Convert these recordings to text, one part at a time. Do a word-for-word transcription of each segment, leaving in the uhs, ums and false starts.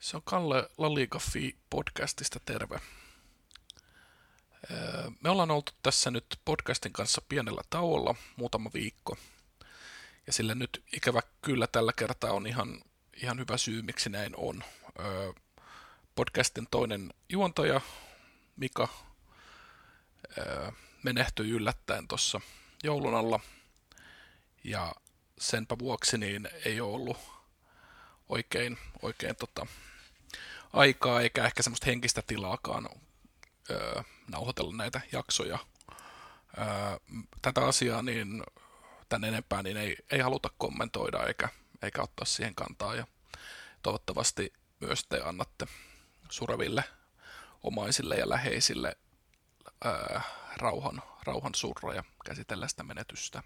Se on Kalle LaLiga.fi podcastista, terve. Me ollaan oltu tässä nyt podcastin kanssa pienellä tauolla muutama viikko. Ja sillä nyt ikävä kyllä tällä kertaa on ihan, ihan hyvä syy, miksi näin on. Podcastin toinen juontaja, Mika, menehtyi yllättäen tuossa joulun alla. Ja senpä vuoksi niin ei ole ollut oikein, oikein tota, aikaa eikä ehkä semmoista henkistä tilaakaan öö, nauhoitella näitä jaksoja. Öö, tätä asiaa niin tän enempää niin ei, ei haluta kommentoida eikä, eikä ottaa siihen kantaa. Ja toivottavasti myös te annatte sureville omaisille ja läheisille öö, rauhan, rauhan surra ja käsitellä sitä menetystä.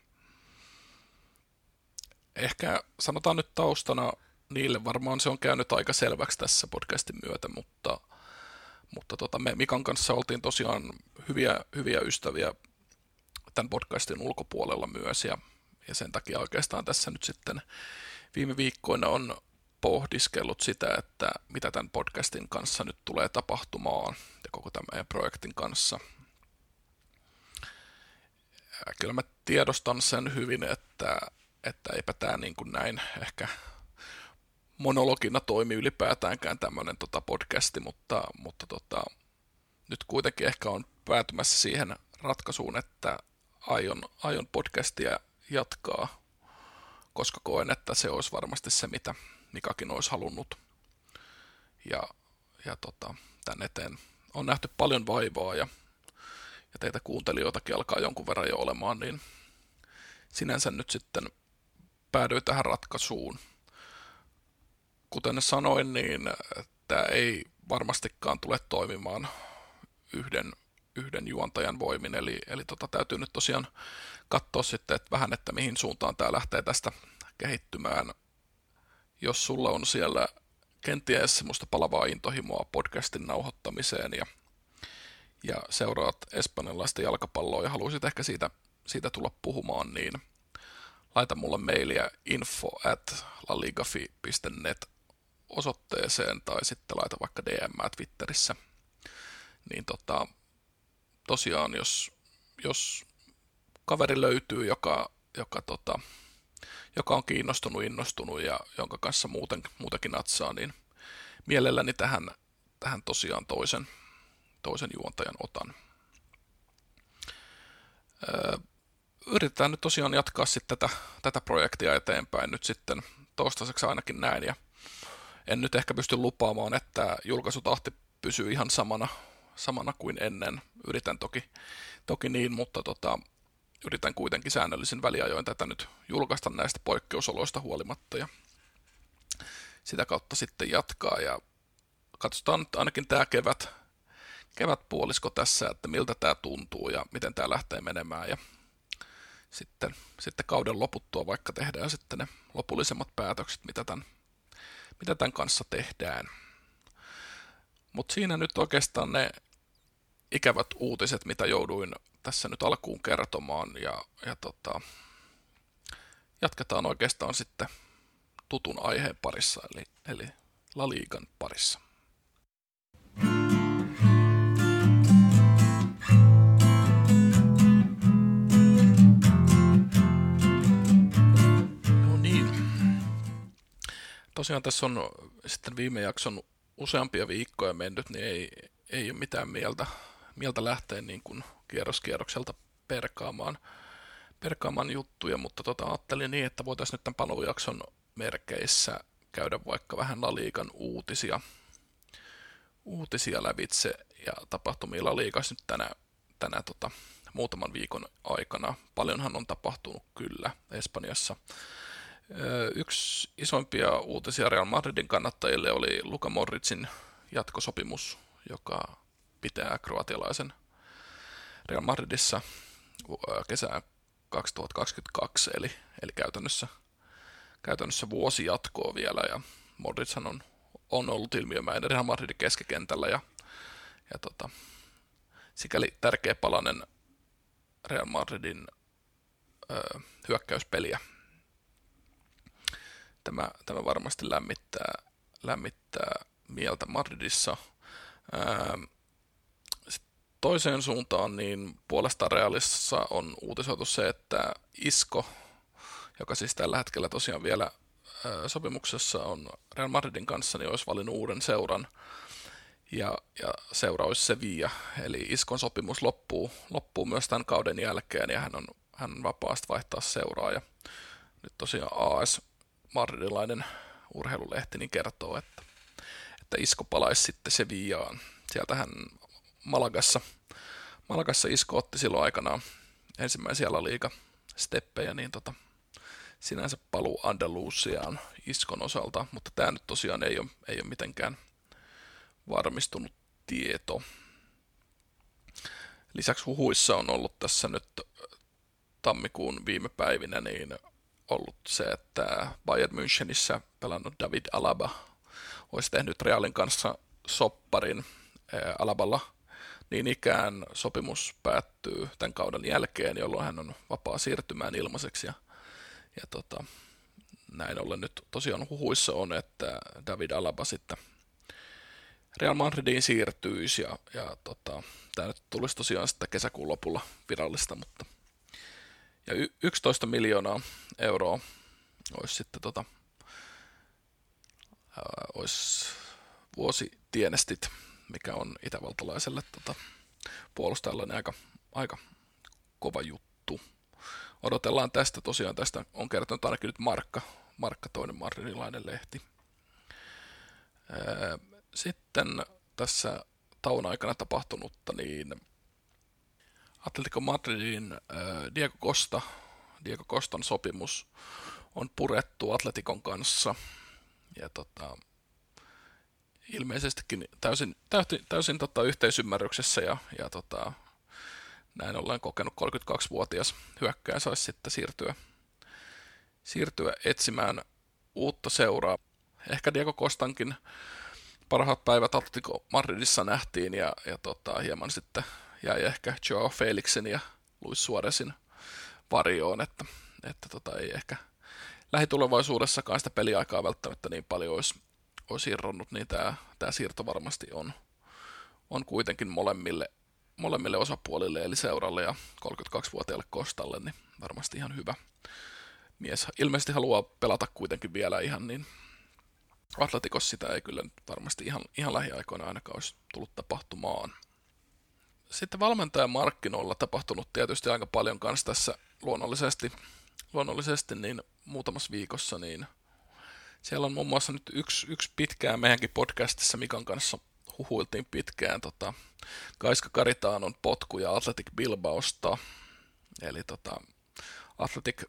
Ehkä sanotaan nyt taustana niille, varmaan se on käynyt aika selväksi tässä podcastin myötä, mutta, mutta tota, me Mikan kanssa oltiin tosiaan hyviä, hyviä ystäviä tämän podcastin ulkopuolella myös, ja, ja sen takia oikeastaan tässä nyt sitten viime viikkoina on pohdiskellut sitä, että mitä tämän podcastin kanssa nyt tulee tapahtumaan ja koko tämän meidän projektin kanssa. Ja kyllä mä tiedostan sen hyvin, että, että eipä tämä niin kuin näin ehkä monologina toimi ylipäätäänkään tämmöinen tota podcasti, mutta, mutta tota, nyt kuitenkin ehkä on päätymässä siihen ratkaisuun, että aion, aion podcastia jatkaa, koska koen, että se olisi varmasti se, mitä Mikakin olisi halunnut. Ja, ja tota, tämän eteen on nähty paljon vaivaa ja, ja teitä kuuntelijoitakin alkaa jonkun verran jo olemaan, niin sinänsä nyt sitten päädyin tähän ratkaisuun. Kuten sanoin, niin tämä ei varmastikaan tule toimimaan yhden, yhden juontajan voimin, eli, eli tota, täytyy nyt tosiaan katsoa sitten että vähän, että mihin suuntaan tämä lähtee tästä kehittymään. Jos sulla on siellä kenties semmoista palavaa intohimoa podcastin nauhoittamiseen ja, ja seuraat espanjalaista jalkapalloa ja haluaisit ehkä siitä, siitä tulla puhumaan, niin laita mulle mailia info at laligafi piste net osoitteeseen tai sitten laita vaikka D M Twitterissä. Niin tota, tosiaan, jos, jos kaveri löytyy, joka, joka, tota, joka on kiinnostunut, innostunut ja jonka kanssa muuten, muutenkin natsaa, niin mielelläni tähän, tähän tosiaan toisen, toisen juontajan otan. Öö, Yritetään nyt tosiaan jatkaa sitten tätä, tätä projektia eteenpäin nyt sitten toistaiseksi ainakin näin. Ja en nyt ehkä pysty lupaamaan, että julkaisutahti pysyy ihan samana, samana kuin ennen. Yritän toki, toki niin, mutta tota, yritän kuitenkin säännöllisin väliajoin tätä nyt julkaista näistä poikkeusoloista huolimatta. Ja sitä kautta sitten jatkaa. Ja katsotaan nyt ainakin tämä kevät, kevätpuolisko tässä, että miltä tämä tuntuu ja miten tämä lähtee menemään. Ja Sitten, sitten kauden loputtua vaikka tehdään sitten ne lopullisemmat päätökset, mitä tämän, mitä tämän kanssa tehdään. Mutta siinä nyt oikeastaan ne ikävät uutiset, mitä jouduin tässä nyt alkuun kertomaan. Ja, ja tota, jatketaan oikeastaan sitten tutun aiheen parissa, eli, eli La Ligan parissa. Tosiaan tässä on sitten viime jakson useampia viikkoja mennyt, niin ei, ei ole mitään mieltä, mieltä lähteä niin kuin kierroskierrokselta perkaamaan, perkaamaan juttuja, mutta tota, ajattelin niin, että voitaisiin nyt tämän paluujakson merkeissä käydä vaikka vähän La Ligan uutisia, uutisia lävitse ja tapahtumia La Ligassa nyt tänä, tänä tota, muutaman viikon aikana. Paljonhan on tapahtunut kyllä Espanjassa. Yksi isoimpia uutisia Real Madridin kannattajille oli Luka Modricin jatkosopimus, joka pitää kroatialaisen Real Madridissa kesään kaksituhattakaksikymmentäkaksi, eli, eli käytännössä, käytännössä vuosi jatkoa vielä, ja Modrichan on, on ollut ilmiömäinen Real Madridin keskikentällä, ja, ja tota, sikäli tärkeä palanen Real Madridin ö, hyökkäyspeliä. Tämä, tämä varmasti lämmittää, lämmittää mieltä Madridissa. Ää, toiseen suuntaan niin puolestaan Realissa on uutisoitu se, että Isco, joka siis tällä hetkellä tosiaan vielä ää, sopimuksessa on Real Madridin kanssa, niin olisi valinnut uuden seuran. Ja, ja seura olisi Sevilla, eli Iscon sopimus loppuu, loppuu myös tämän kauden jälkeen, ja hän on, hän on vapaasti vaihtaa seuraa. Ja nyt tosiaan A S Madridilainen urheilulehti niin kertoo, että, että Isco palaisi sitten Sevillaan. Sieltähän Malagassa, Malagassa Isco otti silloin aikanaan ensimmäisiä La Liga-steppejä, niin tota, sinänsä paluu Andalusiaan Iscon osalta, mutta tämä nyt tosiaan ei ole, ei ole mitenkään varmistunut tieto. Lisäksi huhuissa on ollut tässä nyt tammikuun viime päivinä niin ollut se, että Bayern Münchenissä pelannut David Alaba olisi tehnyt Realin kanssa sopparin Alaballa. Niin ikään sopimus päättyy tämän kauden jälkeen, jolloin hän on vapaa siirtymään ilmaiseksi. Ja, ja tota, näin ollen nyt tosiaan huhuissa on, että David Alaba sitten Real Madridiin siirtyisi, ja, ja tota, tämä nyt tulisi tosiaan sitten kesäkuun lopulla virallista, mutta ja y- yksitoista miljoonaa euroa olisi sitten tota, ää, olisi vuositienestit, mikä on itävaltalaiselle tota, puolustajalle niin aika, aika kova juttu. Odotellaan tästä, tosiaan tästä on kertonut ainakin nyt Markka, Markka toinen madridilainen lehti. Ää, Sitten tässä tauon aikana tapahtunutta, niin Atletico Madridin äh, Diego Costa, Diego Costan sopimus on purettu Atleticon kanssa. Ja tota, ilmeisestikin täysin, täysin, täysin tota, yhteisymmärryksessä ja, ja tota, näin ollen kokenut kolmekymmentäkaksivuotias hyökkääjä saisi sitten siirtyä, siirtyä etsimään uutta seuraa. Ehkä Diego Costankin parhaat päivät Atletico Madridissa nähtiin ja, ja tota, hieman sitten jäi ehkä Joao Felixin ja Luis Suarezin varjoon, että, että tota, ei ehkä lähitulevaisuudessakaan sitä peliaikaa välttämättä niin paljon olisi, olisi irronnut, niin tämä, tämä siirto varmasti on, on kuitenkin molemmille, molemmille osapuolille, eli seuralle ja kolmekymmentäkaksivuotiaalle Costalle, niin varmasti ihan hyvä mies. Ilmeisesti haluaa pelata kuitenkin vielä ihan niin. Atletikos sitä ei kyllä nyt varmasti ihan, ihan lähiaikoina ainakaan olisi tullut tapahtumaan. Sitten valmentajamarkkinoilla tapahtunut tietysti aika paljon kanssa tässä luonnollisesti, luonnollisesti niin muutamassa viikossa, niin siellä on muun muassa nyt yksi, yksi pitkään meidänkin podcastissa Mikan kanssa huhuiltiin pitkään tota, Gaisca Garitanon potkuja Athletic Bilbaosta, eli tota, Athletic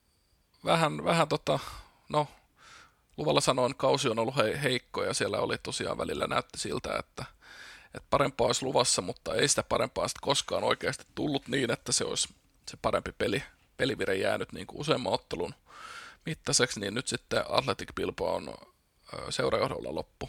vähän, vähän tota, no luvalla sanoen kausi on ollut he, heikko ja siellä oli tosiaan välillä näytti siltä, että, että parempaa olisi luvassa, mutta ei sitä parempaa sitten koskaan oikeasti tullut niin, että se olisi se parempi peli, pelivire jäänyt niin kuin useamman ottelun mittaiseksi, niin nyt sitten Athletic Bilbaon seurajohdolla loppu,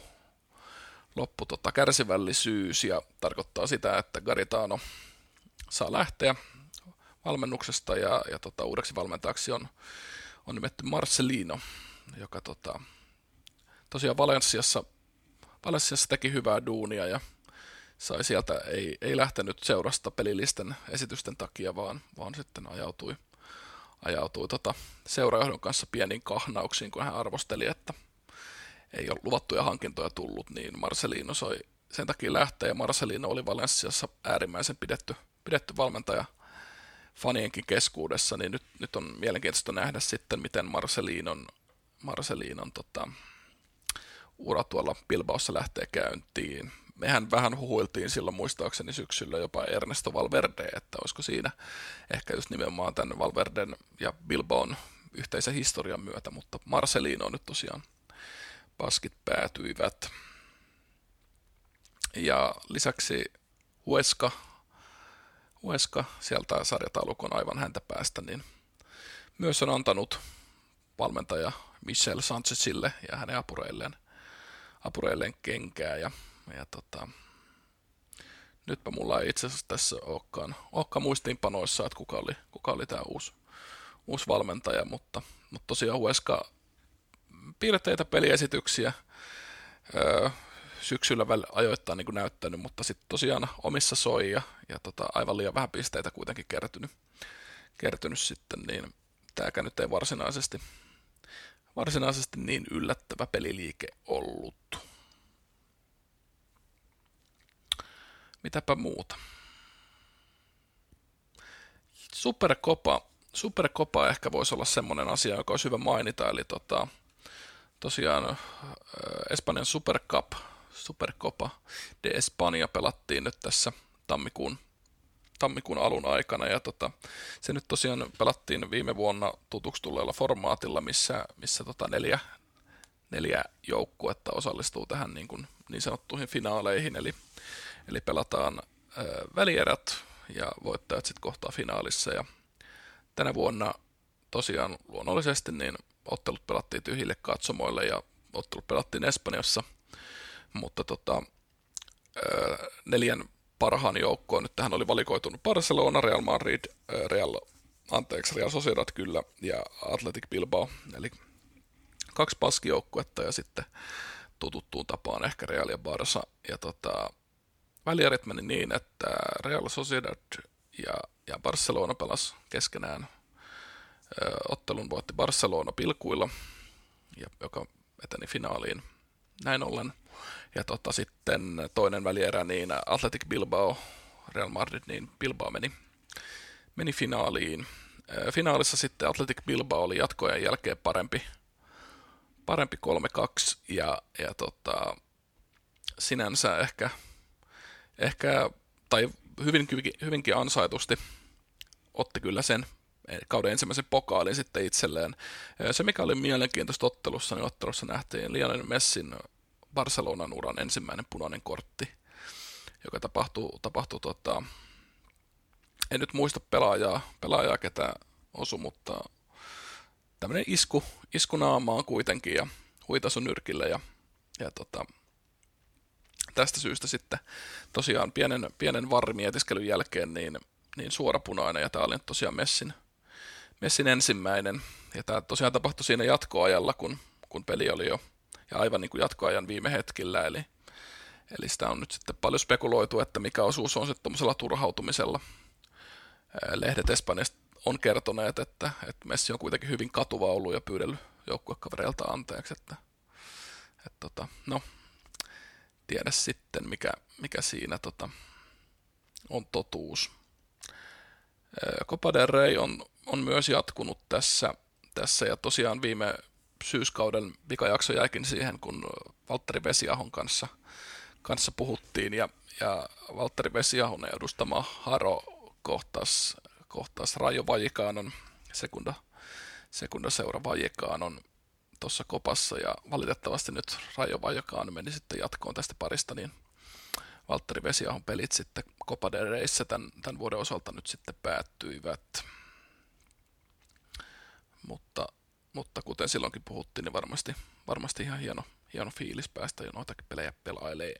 loppu tota kärsivällisyys ja tarkoittaa sitä, että Garitano saa lähteä valmennuksesta ja, ja tota, uudeksi valmentajaksi on, on nimetty Marcelino, joka tota, tosiaan Valensiassa, Valensiassa teki hyvää duunia ja sai sieltä, ei, ei lähtenyt seurasta pelillisten esitysten takia, vaan, vaan sitten ajautui, ajautui tota, seurajohdon kanssa pieniin kahnauksiin, kun hän arvosteli, että ei ole luvattuja hankintoja tullut, niin Marcelino sai sen takia lähteä, ja Marcelino oli Valensiassa äärimmäisen pidetty, pidetty valmentaja fanienkin keskuudessa, niin nyt, nyt on mielenkiintoista nähdä sitten, miten Marcelinon, Marcelinon tota, ura tuolla Bilbaossa lähtee käyntiin. Mehän vähän huhuiltiin silloin muistaakseni syksyllä jopa Ernesto Valverde, että olisiko siinä ehkä just nimenomaan tämän Valverden ja Bilbaon yhteisen historian myötä, mutta Marcelino nyt tosiaan baskit päätyivät. Ja lisäksi Huesca, Huesca sieltä sarjataulukon aivan häntä päästä, niin myös on antanut valmentaja Michel Sanchezille ja hänen apureilleen, apureilleen kenkää. Ja, ja tota, nytpä mulla ei itse asiassa tässä olekaan, olekaan muistiinpanoissa, että kuka oli, kuka oli tämä uusi, uusi valmentaja, mutta, mutta tosiaan Huesca piirteitä peliesityksiä, öö, syksyllä väl ajoittain niin kuin näyttänyt, mutta sitten tosiaan omissa soi ja, ja tota, aivan liian vähän pisteitä kuitenkin kertynyt, kertynyt sitten, niin tämäkään nyt ei varsinaisesti, varsinaisesti niin yllättävä peliliike ollut. Mitäpä muuta? Supercopa, Supercopa ehkä voisi olla semmoinen asia, joka olisi hyvä mainita, eli tota, tosiaan Espanjan Supercup, Supercopa de España pelattiin nyt tässä tammikuun, tammikuun alun aikana, ja tota, se nyt tosiaan pelattiin viime vuonna tutuksi tulleella formaatilla, missä, missä tota neljä, neljä joukkuetta osallistuu tähän niin, kuin niin sanottuihin finaaleihin, eli, eli pelataan ää, välierät, ja voittajat sitten kohtaa finaalissa, ja tänä vuonna tosiaan luonnollisesti niin ottelut pelattiin tyhjille katsomoille ja ottelut pelattiin Espanjassa, mutta tota, neljän parhaan joukkoon nyt tähän oli valikoitunut Barcelona, Real Madrid, Real, anteeksi, Real Sociedad kyllä ja Athletic Bilbao, eli kaksi paskijoukkuetta ja sitten tututtuun tapaan ehkä Real ja Barça. Ja tota, välierit meni niin, että Real Sociedad ja, ja Barcelona pelasi keskenään. Ö, ottelun voitti Barcelona pilkuilla, ja, joka eteni finaaliin näin ollen. Ja tota, sitten toinen välierä, niin Athletic Bilbao, Real Madrid, niin Bilbao meni, meni finaaliin. Ö, finaalissa sitten Athletic Bilbao oli jatkojen jälkeen parempi, parempi kolme kaksi, ja, ja tota, sinänsä ehkä, ehkä tai hyvinkin, hyvinkin ansaitusti otti kyllä sen kauden ensimmäisen pokaalin sitten itselleen. Se, mikä oli mielenkiintoista ottelussa, niin ottelussa nähtiin Lionel Messin Barcelonan uran ensimmäinen punainen kortti, joka tapahtuu, tapahtuu tota, en nyt muista pelaajaa, pelaajaa ketä osui, mutta tämmöinen isku, isku naamaan kuitenkin ja huitasu nyrkille ja, ja tota, tästä syystä sitten tosiaan pienen, pienen varrimietiskelyn jälkeen niin, niin suorapunainen, ja tämä oli tosiaan Messin, Messin ensimmäinen, ja tämä tosiaan tapahtui siinä jatkoajalla, kun, kun peli oli jo, ja aivan niin kuin jatkoajan viime hetkillä, eli, eli sitä on nyt sitten paljon spekuloitu, että mikä osuus on sitten tuollaisella turhautumisella. Lehdet Espanjasta on kertoneet, että, että Messi on kuitenkin hyvin katuva ollut ja pyydellyt joukkuekavereilta anteeksi, että, että tota, no, tiedä sitten, mikä, mikä siinä tota, on totuus. Copa del Rey on, on myös jatkunut tässä, tässä, ja tosiaan viime syyskauden vikajakso jäikin siihen, kun Valtteri Vesiahon kanssa, kanssa puhuttiin, ja, ja Valtteri Vesiahon edustama Haro kohtas, kohtas Rayo Vallecanon, sekunda, sekundaseura Vallecanon tuossa kopassa, ja valitettavasti nyt Rayo Vallecano meni sitten jatkoon tästä parista, niin Valtteri Vesiahon pelit sitten Copa del Reyssä tämän, tämän vuoden osalta nyt sitten päättyivät. Mutta, mutta kuten silloinkin puhuttiin, niin varmasti, varmasti ihan hieno, hieno fiilis päästä jo noitakin pelejä pelailee.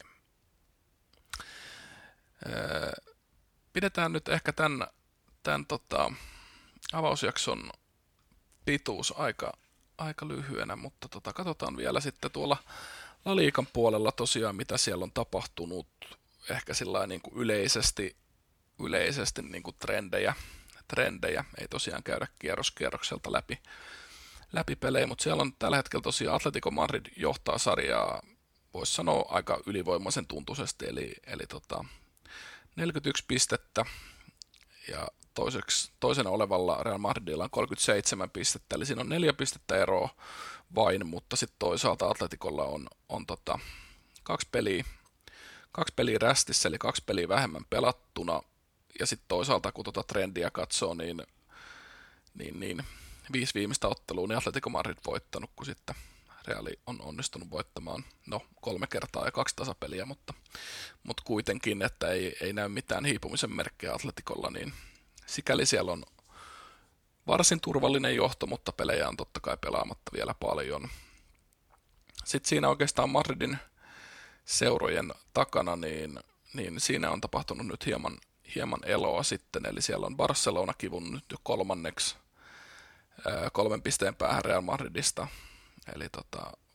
Öö, pidetään nyt ehkä tämän, tämän tota, avausjakson pituus aika, aika lyhyenä, mutta tota, katsotaan vielä sitten tuolla La Ligan puolella tosiaan, mitä siellä on tapahtunut, ehkä sillä niin kuin yleisesti, yleisesti niin kuin trendejä, trendejä, ei tosiaan käydä kierros kierrokselta läpi, läpi pelejä, mutta siellä on tällä hetkellä tosiaan Atletico Madrid johtaa sarjaa, voisi sanoa aika ylivoimaisen tuntuisesti, eli, eli tota, neljäkymmentäyksi pistettä, ja toiseksi, toisena olevalla Real Madridilla on kolmekymmentäseitsemän pistettä, eli siinä on neljä pistettä eroa vain, mutta sitten toisaalta Atleticolla on, on tota, kaksi peliä, kaksi peliä rästissä, eli kaksi peliä vähemmän pelattuna, ja sitten toisaalta kun tota trendiä katsoo, niin, niin, niin viisi viimeistä ottelua, niin Atletico Madrid voittanut, kun sitten Reali on onnistunut voittamaan, no kolme kertaa ja kaksi tasapeliä, mutta, mutta kuitenkin, että ei, ei näy mitään hiipumisen merkkejä Atleticolla, niin sikäli siellä on varsin turvallinen johto, mutta pelejä on totta kai pelaamatta vielä paljon. Sitten siinä oikeastaan Madridin seurojen takana, niin, niin siinä on tapahtunut nyt hieman, hieman eloa sitten, eli siellä on Barcelona kivunut nyt jo kolmanneksi ää, kolmen pisteen päähän Real Madridista, eli tota,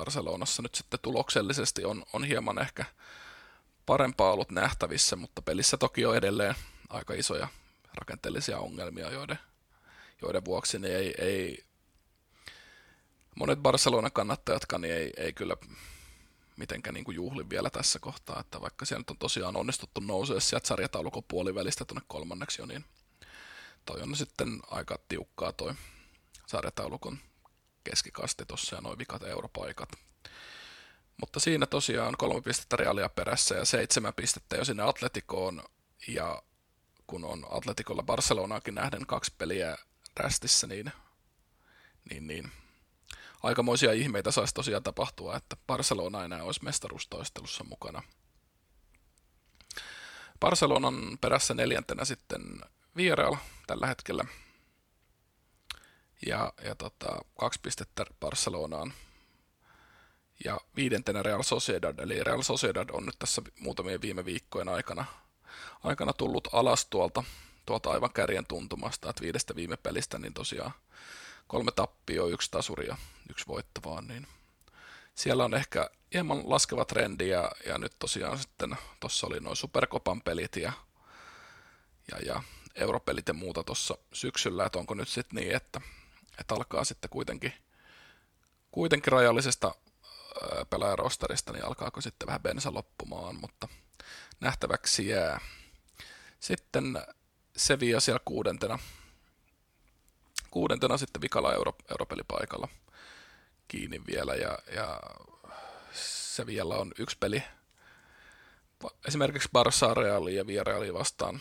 Barcelonassa nyt sitten tuloksellisesti on, on hieman ehkä parempaa ollut nähtävissä, mutta pelissä toki on edelleen aika isoja rakenteellisia ongelmia, joiden, joiden vuoksi niin ei, ei monet Barcelonan kannattajatkaan niin ei, ei kyllä mitenkään niin kuin juhli vielä tässä kohtaa, että vaikka siellä nyt on tosiaan onnistuttu nousua sieltä sarjataulukon puolivälistä tuonne kolmanneksi jo, niin toi on sitten aika tiukkaa toi sarjataulukon keskikasti tuossa ja noin vikat europaikat. Mutta siinä tosiaan kolme pistettä Realia perässä ja seitsemän pistettä jo sinne Atleticoon, ja kun on Atleticolla Barcelonaakin nähden kaksi peliä rästissä, niin, niin, niin aikamoisia ihmeitä saisi tosiaan tapahtua, että Barcelona enää olisi mestaruustaistelussa mukana. Barcelonan perässä neljäntenä sitten Villarreal tällä hetkellä. Ja, ja tota, kaksi pistettä Barcelonaan. Ja viidentenä Real Sociedad, eli Real Sociedad on nyt tässä muutamien viime viikkojen aikana, aikana tullut alas tuolta, tuolta aivan kärjen tuntumasta, että viidestä viime pelistä niin tosiaan kolme tappioa, yksi tasuri ja yksi voitto vaan, niin siellä on ehkä hieman laskeva trendi, ja, ja nyt tosiaan sitten tuossa oli noin Supercopan pelit ja, ja, ja europelit ja muuta tuossa syksyllä, että onko nyt sitten niin, että, että alkaa sitten kuitenkin, kuitenkin rajallisesta pelaajarosterista, niin alkaako sitten vähän bensa loppumaan, mutta nähtäväksi jää. Sitten Sevilla siellä kuudentena, kuudentena sitten vikalla euro, europelipaikalla kiinni vielä, ja, ja Sevillalla on yksi peli esimerkiksi Barça, Realia ja Villarrealia vastaan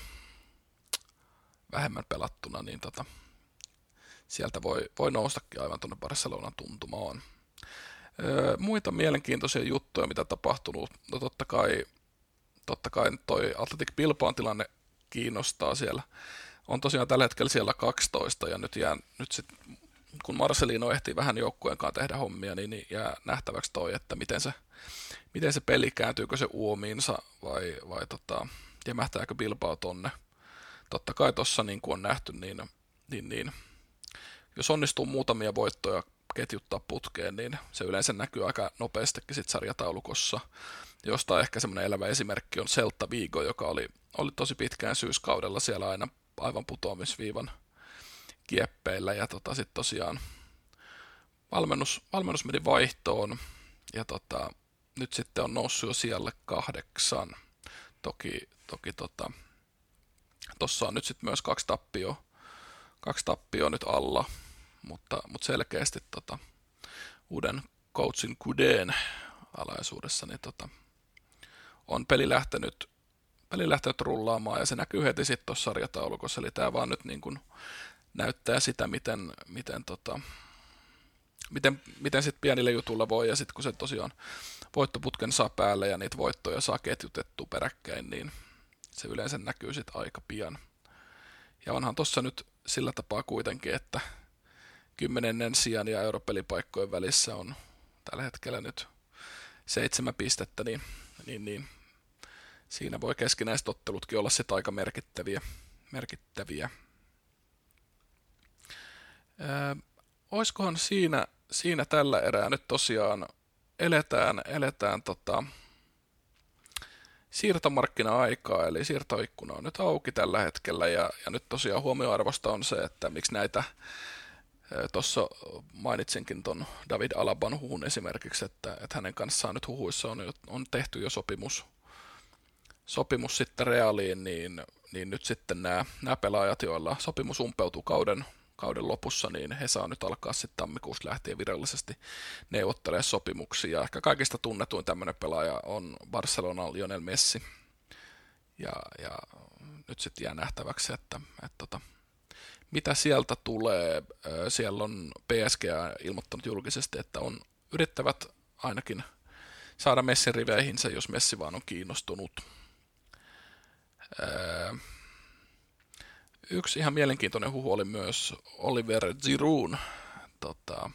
vähemmän pelattuna, niin tota, sieltä voi, voi noustakin aivan tuonne Barcelonan tuntumaan. Öö, muita mielenkiintoisia juttuja, mitä tapahtunut. No totta kai, totta kai toi Athletic Bilbaon tilanne kiinnostaa siellä. On tosiaan tällä hetkellä siellä kaksitoista, ja nyt, jää, nyt sit, kun Marcelino ehtii vähän joukkueen kanssa tehdä hommia, niin, niin jää nähtäväksi toi, että miten se, miten se peli, kääntyykö se uomiinsa vai, vai tota, jämähtääkö Bilbao tonne. Totta kai tuossa niin kuin on nähty, niin, niin, niin jos onnistuu muutamia voittoja ketjuttaa putkeen, niin se yleensä näkyy aika nopeastikin sit sarjataulukossa. Josta ehkä semmoinen elävä esimerkki on Celta Vigo, joka oli, oli tosi pitkään syyskaudella siellä aina aivan putoamisviivan kieppeillä, ja tota, sitten tosiaan valmennus, valmennus meni vaihtoon, ja tota, nyt sitten on noussut jo sijalle kahdeksan. Toki, toki tota, tossa on nyt sitten myös kaksi tappioa, kaksi tappioa nyt alla, mutta, mutta selkeästi tota, uuden coachin Kudeen alaisuudessa niin tota, on peli lähtenyt, peli lähtenyt rullaamaan, ja se näkyy heti sitten tuossa sarjataulukossa, eli tämä vaan nyt niin kuin näyttää sitä, miten, miten, tota, miten, miten sitten pienillä jutulla voi, ja sitten kun se tosiaan voittoputken saa päälle ja niitä voittoja saa ketjutettua peräkkäin, niin se yleensä näkyy sitten aika pian. Ja onhan tuossa nyt sillä tapaa kuitenkin, että kymmenennen sijan ja europelipaikkojen välissä on tällä hetkellä nyt seitsemän pistettä, niin, niin, niin siinä voi keskinäiset ottelutkin olla sitten aika merkittäviä. merkittäviä. Öö, oiskohan siinä, siinä tällä erää nyt tosiaan eletään, eletään tota, siirtomarkkina-aikaa, eli siirtoikkuna on nyt auki tällä hetkellä, ja, ja nyt tosiaan huomioarvosta on se, että miksi näitä, tuossa mainitsinkin ton David Alaban huhun esimerkiksi, että, että hänen kanssaan nyt huhuissa on, on tehty jo sopimus, sopimus sitten Realiin, niin, niin nyt sitten nämä, nämä pelaajat, joilla sopimus umpeutuu kauden, kauden lopussa, niin he saa nyt alkaa sitten tammikuusta lähtien virallisesti neuvottelemaan sopimuksia. Ehkä kaikista tunnetuin tämmöinen pelaaja on Barcelonan Lionel Messi. Ja, ja nyt sitten jää nähtäväksi, että, että, että mitä sieltä tulee. Siellä on P S G ilmoittanut julkisesti, että on yrittävät ainakin saada Messin riveihinsä, jos Messi vaan on kiinnostunut. Öö, Yksi ihan mielenkiintoinen huhu oli myös Oliver Giroud tota,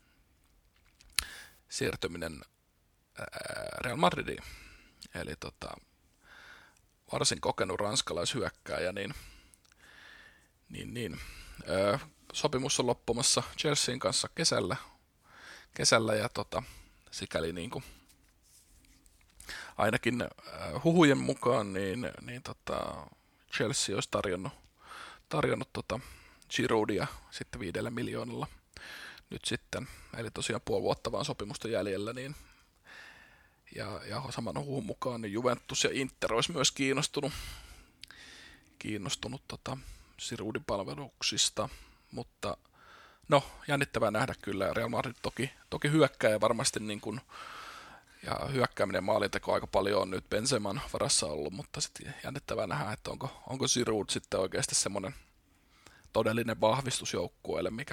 siirtyminen Real Madridiin. Eli tota, varsin kokenut ranskalaishyökkääjä, niin, niin, niin ö, sopimus on loppumassa Chelsean kanssa kesällä, kesällä ja tota, sikäli niin kuin ainakin huhujen mukaan niin, niin tota Chelsea olisi tarjonnut, tarjonnut tota Giroudia sitten viidellä miljoonalla nyt sitten, eli tosiaan puoli vuotta vaan sopimusta jäljellä, niin ja, ja saman huhun mukaan niin Juventus ja Inter olisi myös kiinnostunut, kiinnostunut tota Giroudin palveluksista, mutta no, jännittävää nähdä kyllä. Real Madrid toki, toki hyökkää ja varmasti niin kuin, ja hyökkääminen maalinteko aika paljon on nyt Benzeman varassa ollut, mutta sitten jännittävää nähdä, että onko, onko Giroud sitten oikeasti semmoinen todellinen vahvistus joukkueelle, mikä,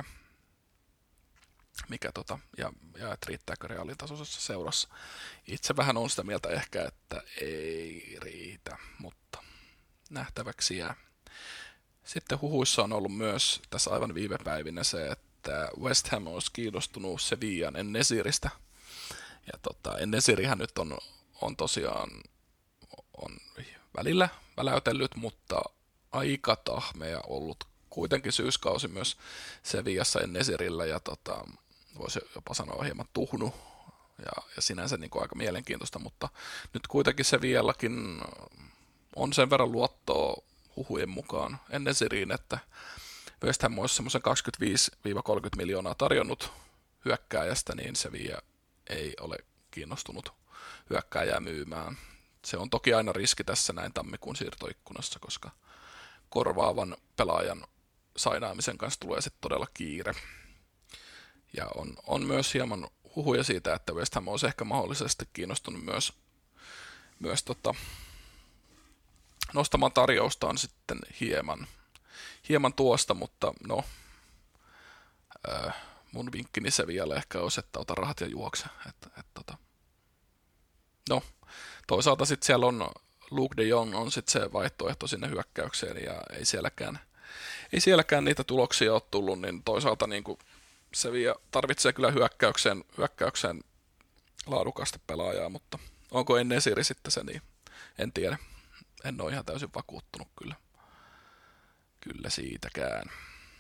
mikä tota, ja, ja että riittääkö Realin tasoisessa seurassa. Itse vähän on sitä mieltä ehkä, että ei riitä, mutta nähtäväksi jää. Sitten huhuissa on ollut myös tässä aivan viime päivinä se, että West Ham olisi kiinnostunut Sevillan En-Nesiristä. Ja tota, En-Nesirihän nyt on, on tosiaan on välillä väläytellyt, mutta aika tahmea ollut kuitenkin syyskausi myös Sevillassa En-Nesirillä ja tota, voisi jopa sanoa hieman tuhnu ja, ja sinänsä niin kuin aika mielenkiintoista, mutta nyt kuitenkin Sevillakin on sen verran luottoa huhujen mukaan En-Nesiriin, että West Ham olisi semmoisen kaksikymmentäviisi kolmekymmentä miljoonaa tarjonnut hyökkääjästä, niin Sevilla ei ole kiinnostunut hyökkääjää myymään. Se on toki aina riski tässä näin tammikuun siirtoikkunassa, koska korvaavan pelaajan sainaamisen kanssa tulee sitten todella kiire. Ja on, on myös hieman huhuja siitä, että West Ham olisi ehkä mahdollisesti kiinnostunut myös, myös tota, nostamaan tarjoustaan sitten hieman, hieman tuosta, mutta no, ää, mun vinkkini se vielä ehkä olisi, että ota rahat ja juokse. Et, et, tota. No, toisaalta sitten siellä on Luke de Jong on sitten se vaihtoehto sinne hyökkäykseen ja ei sielläkään, ei sielläkään niitä tuloksia ole tullut, niin toisaalta niin kuin Sevilla tarvitsee kyllä hyökkäykseen, hyökkäykseen laadukasta pelaajaa, mutta onko En-Nesiri sitten se, niin en tiedä. En ole ihan täysin vakuuttunut kyllä, kyllä siitäkään.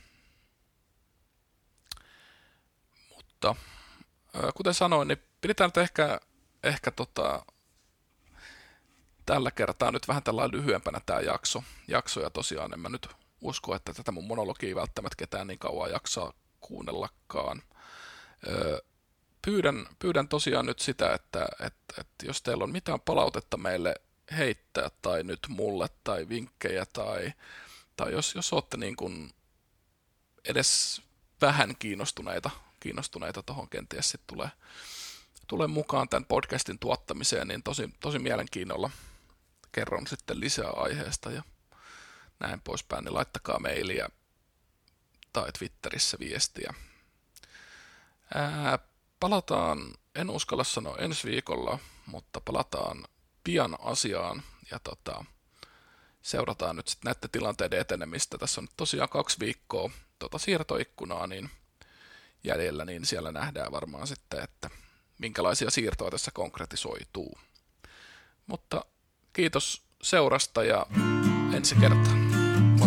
Mutta kuten sanoin, niin pidetään nyt ehkä, ehkä tota, tällä kertaa nyt vähän tällainen lyhyempänä tämä jakso. jakso. Ja tosiaan en mä nyt usko, että tätä mun monologia ei välttämättä ketään niin kauan jaksaa kuunnellakaan. Pyydän, pyydän tosiaan nyt sitä, että, että, että jos teillä on mitään palautetta meille heittää tai nyt mulle tai vinkkejä tai, tai jos, jos olette niin kuin edes vähän kiinnostuneita, kiinnostuneita tuohon kenties sitten tulee, tulee mukaan tämän podcastin tuottamiseen, niin tosi, tosi mielenkiinnolla kerron sitten lisää aiheesta ja näin poispäin, niin laittakaa mailia tai Twitterissä viestiä. Ää, palataan, en uskalla sanoa ensi viikolla, mutta palataan pian asiaan ja tota, seurataan nyt sitten näiden tilanteiden etenemistä. Tässä on nyt tosiaan kaksi viikkoa tota siirtoikkunaa niin jäljellä, niin siellä nähdään varmaan sitten, että minkälaisia siirtoja tässä konkretisoituu. Mutta kiitos seurasta ja ensi kertaan.